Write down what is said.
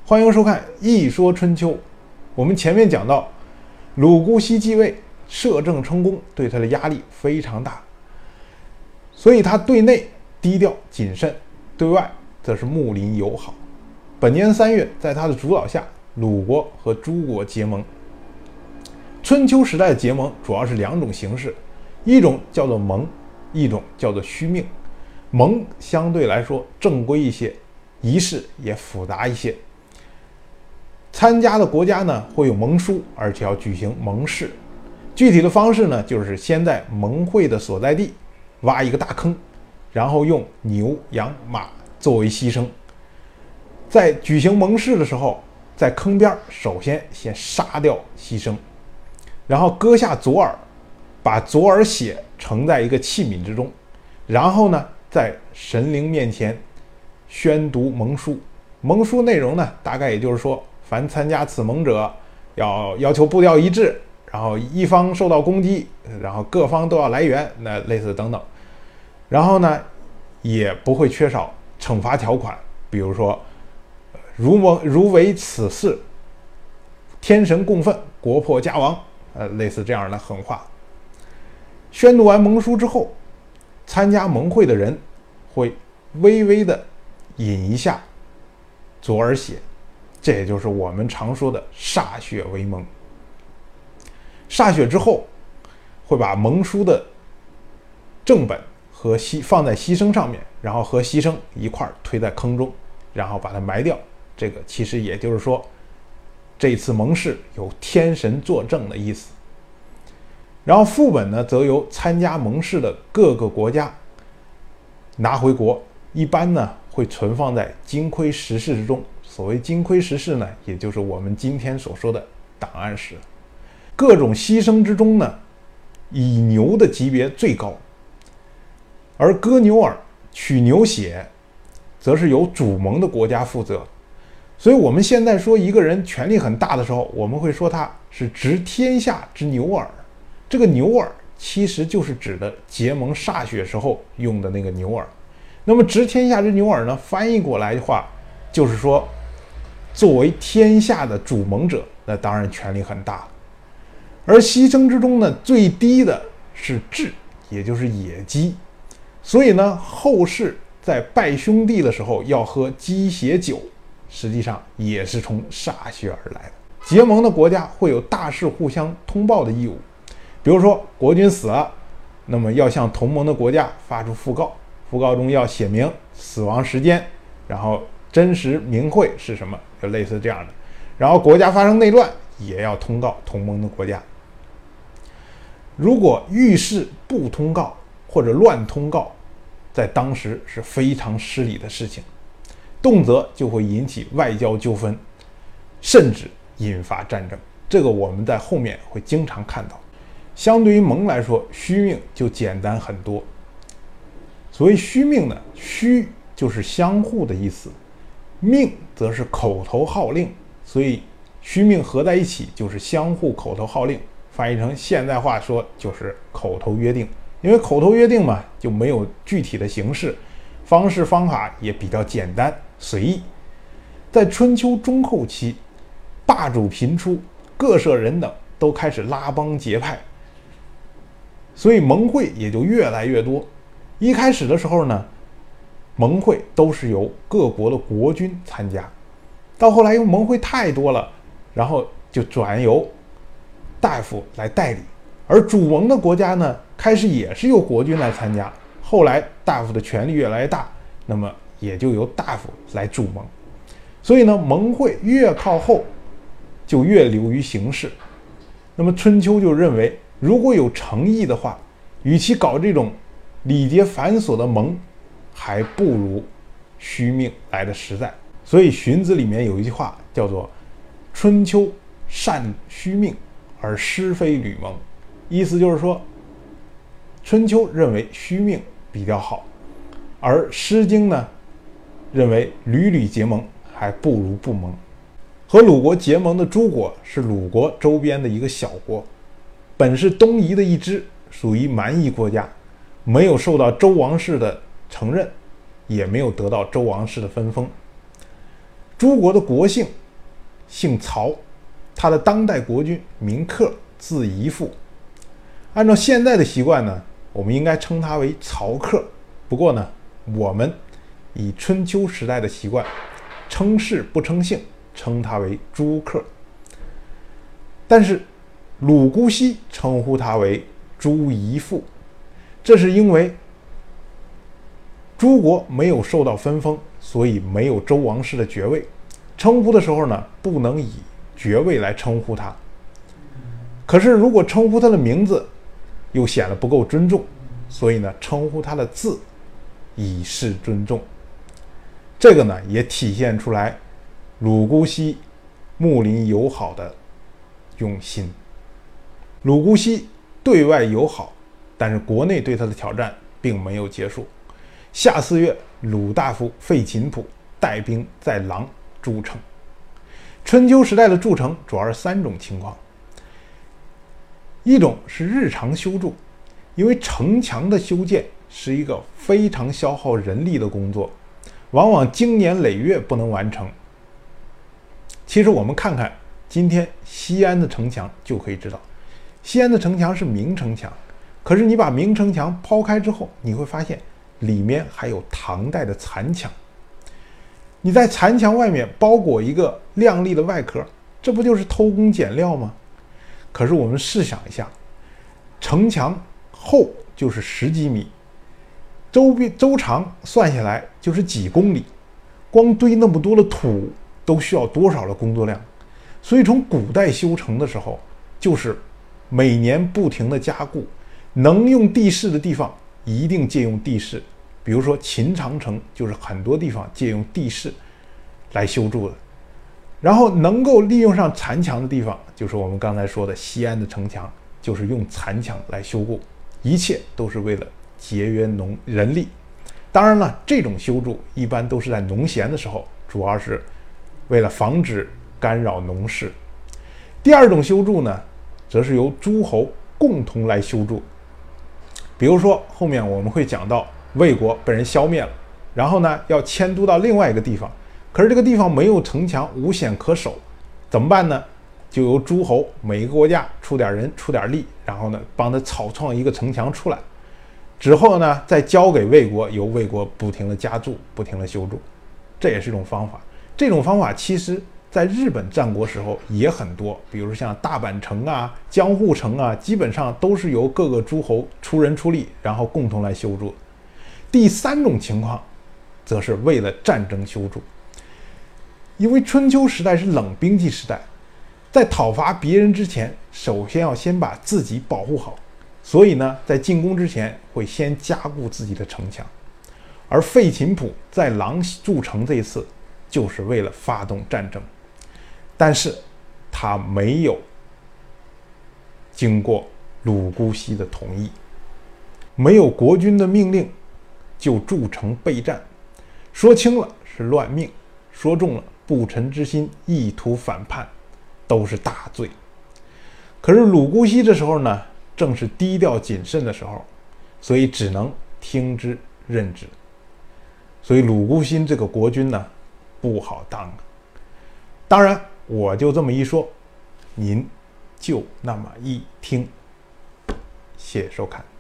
欢迎收看《一说春秋》。我们前面讲到，鲁姑息继位，摄政成功，对他的压力非常大，所以他对内低调谨慎，对外则是睦邻友好。本年3月，在他的主导下，鲁国和诸国结盟。春秋时代的结盟主要是两种形式，一种叫做盟，一种叫做虚命。盟相对来说正规一些，仪式也复杂一些。参加的国家呢会有盟书，而且要举行盟誓。具体的方式呢，就是先在盟会的所在地挖一个大坑，然后用牛、羊、马作为牺牲。在举行盟誓的时候，在坑边首先杀掉牺牲，然后割下左耳，把左耳血盛在一个器皿之中，然后呢在神灵面前宣读盟书。盟书内容呢，大概也就是说，凡参加此盟者要求步调一致，然后一方受到攻击，然后各方都要来援，那类似等等。然后呢，也不会缺少惩罚条款，比如说如违此事，天神共愤，国破家亡，类似这样的狠话。宣读完盟书之后，参加盟会的人会微微的饮一下左耳血，这也就是我们常说的歃血为盟。歃血之后，会把盟书的正本和放在牺牲上面，然后和牺牲一块推在坑中，然后把它埋掉。这个其实也就是说，这次盟誓有天神作证的意思。然后副本呢，则由参加盟誓的各个国家拿回国，一般呢会存放在金匮石室之中。所谓金匮石室呢，也就是我们今天所说的档案室。各种牺牲之中呢，以牛的级别最高，而割牛耳、取牛血，则是由主盟的国家负责。所以我们现在说一个人权力很大的时候，我们会说他是执天下之牛耳。这个牛耳其实就是指的结盟歃血时候用的那个牛耳。那么执天下之牛耳呢，翻译过来的话，就是说作为天下的主盟者，那当然权力很大。而牺牲之中呢，最低的是雉，也就是野鸡。所以呢，后世在拜兄弟的时候要喝鸡血酒，实际上也是从歃血而来的。结盟的国家会有大事互相通报的义务，比如说国君死了，那么要向同盟的国家发出讣告，讣告中要写明死亡时间，然后真实名讳是什么，就类似这样的。然后国家发生内乱，也要通告同盟的国家。如果遇事不通告或者乱通告，在当时是非常失礼的事情，动辄就会引起外交纠纷，甚至引发战争。这个我们在后面会经常看到。相对于盟来说，虚命就简单很多。所谓虚命呢，虚就是相互的意思，命则是口头号令，所以虚命合在一起就是相互口头号令，翻译成现代话说就是口头约定。因为口头约定嘛，就没有具体的形式，方式方法也比较简单随意。在春秋中后期，霸主频出，各色人等都开始拉帮结派，所以盟会也就越来越多。一开始的时候呢，盟会都是由各国的国君参加，到后来因为盟会太多了，然后就转由大夫来代理。而主盟的国家呢，开始也是由国君来参加，后来大夫的权力越来越大，那么也就由大夫来主盟。所以呢，盟会越靠后就越流于形式。那么春秋就认为，如果有诚意的话，与其搞这种礼节繁琐的盟，还不如虚命来的实在。所以荀子里面有一句话叫做春秋善虚命而师非履盟，意思就是说春秋认为虚命比较好，而诗经呢认为屡屡结盟还不如不盟。和鲁国结盟的诸国是鲁国周边的一个小国，本是东夷的一支，属于蛮夷国家，没有受到周王室的承认，也没有得到周王室的分封。 朱国的国姓姓曹，他的当代国君名克，字仪父。按照现在的习惯呢，我们应该称他为曹克。不过呢，我们以春秋时代的习惯，称氏不称姓，称他为朱克。但是鲁姑息称呼他为朱仪父，这是因为朱国没有受到分封，所以没有周王室的爵位，称呼的时候呢，不能以爵位来称呼他。可是如果称呼他的名字，又显得不够尊重，所以呢，称呼他的字以示尊重。这个呢，也体现出来鲁姑息睦邻友好的用心。鲁姑息对外友好，但是国内对他的挑战并没有结束。夏4月，鲁大夫费勤甫带兵在狼筑城。春秋时代的筑城主要是3种情况，一种是日常修筑，因为城墙的修建是一个非常消耗人力的工作，往往经年累月不能完成。其实我们看看今天西安的城墙就可以知道，西安的城墙是明城墙，可是你把明城墙抛开之后，你会发现里面还有唐代的残墙。你在残墙外面包裹一个亮丽的外壳，这不就是偷工减料吗？可是我们试想一下，城墙厚就是10几米，周长算下来就是几公里，光堆那么多的土都需要多少的工作量？所以从古代修城的时候，就是每年不停的加固，能用地势的地方一定借用地势。比如说秦长城就是很多地方借用地势来修筑的，然后能够利用上残墙的地方，就是我们刚才说的西安的城墙，就是用残墙来修固，一切都是为了节约人力。当然了，这种修筑一般都是在农闲的时候，主要是为了防止干扰农事。第二种修筑呢，则是由诸侯共同来修筑。比如说后面我们会讲到魏国被人消灭了，然后呢要迁都到另外一个地方，可是这个地方没有城墙，无险可守，怎么办呢？就由诸侯每个国家出点人出点力，然后呢帮他草创一个城墙出来，之后呢再交给魏国，由魏国不停的加筑，不停的修筑。这也是一种方法。这种方法其实在日本战国时候也很多，比如像大阪城啊、江户城啊，基本上都是由各个诸侯出人出力，然后共同来修筑。第3种情况则是为了战争修筑。因为春秋时代是冷兵器时代，在讨伐别人之前，首先要先把自己保护好，所以呢，在进攻之前会先加固自己的城墙。而费勤甫在狼筑城这一次就是为了发动战争，但是他没有经过鲁姑息的同意，没有国君的命令就筑城备战，说轻了是乱命，说重了不臣之心，意图反叛，都是大罪。可是鲁姑息这时候呢，正是低调谨慎的时候，所以只能听之任之。所以鲁姑息这个国君呢，不好当啊。当然，我就这么一说，您就那么一听。谢谢收看。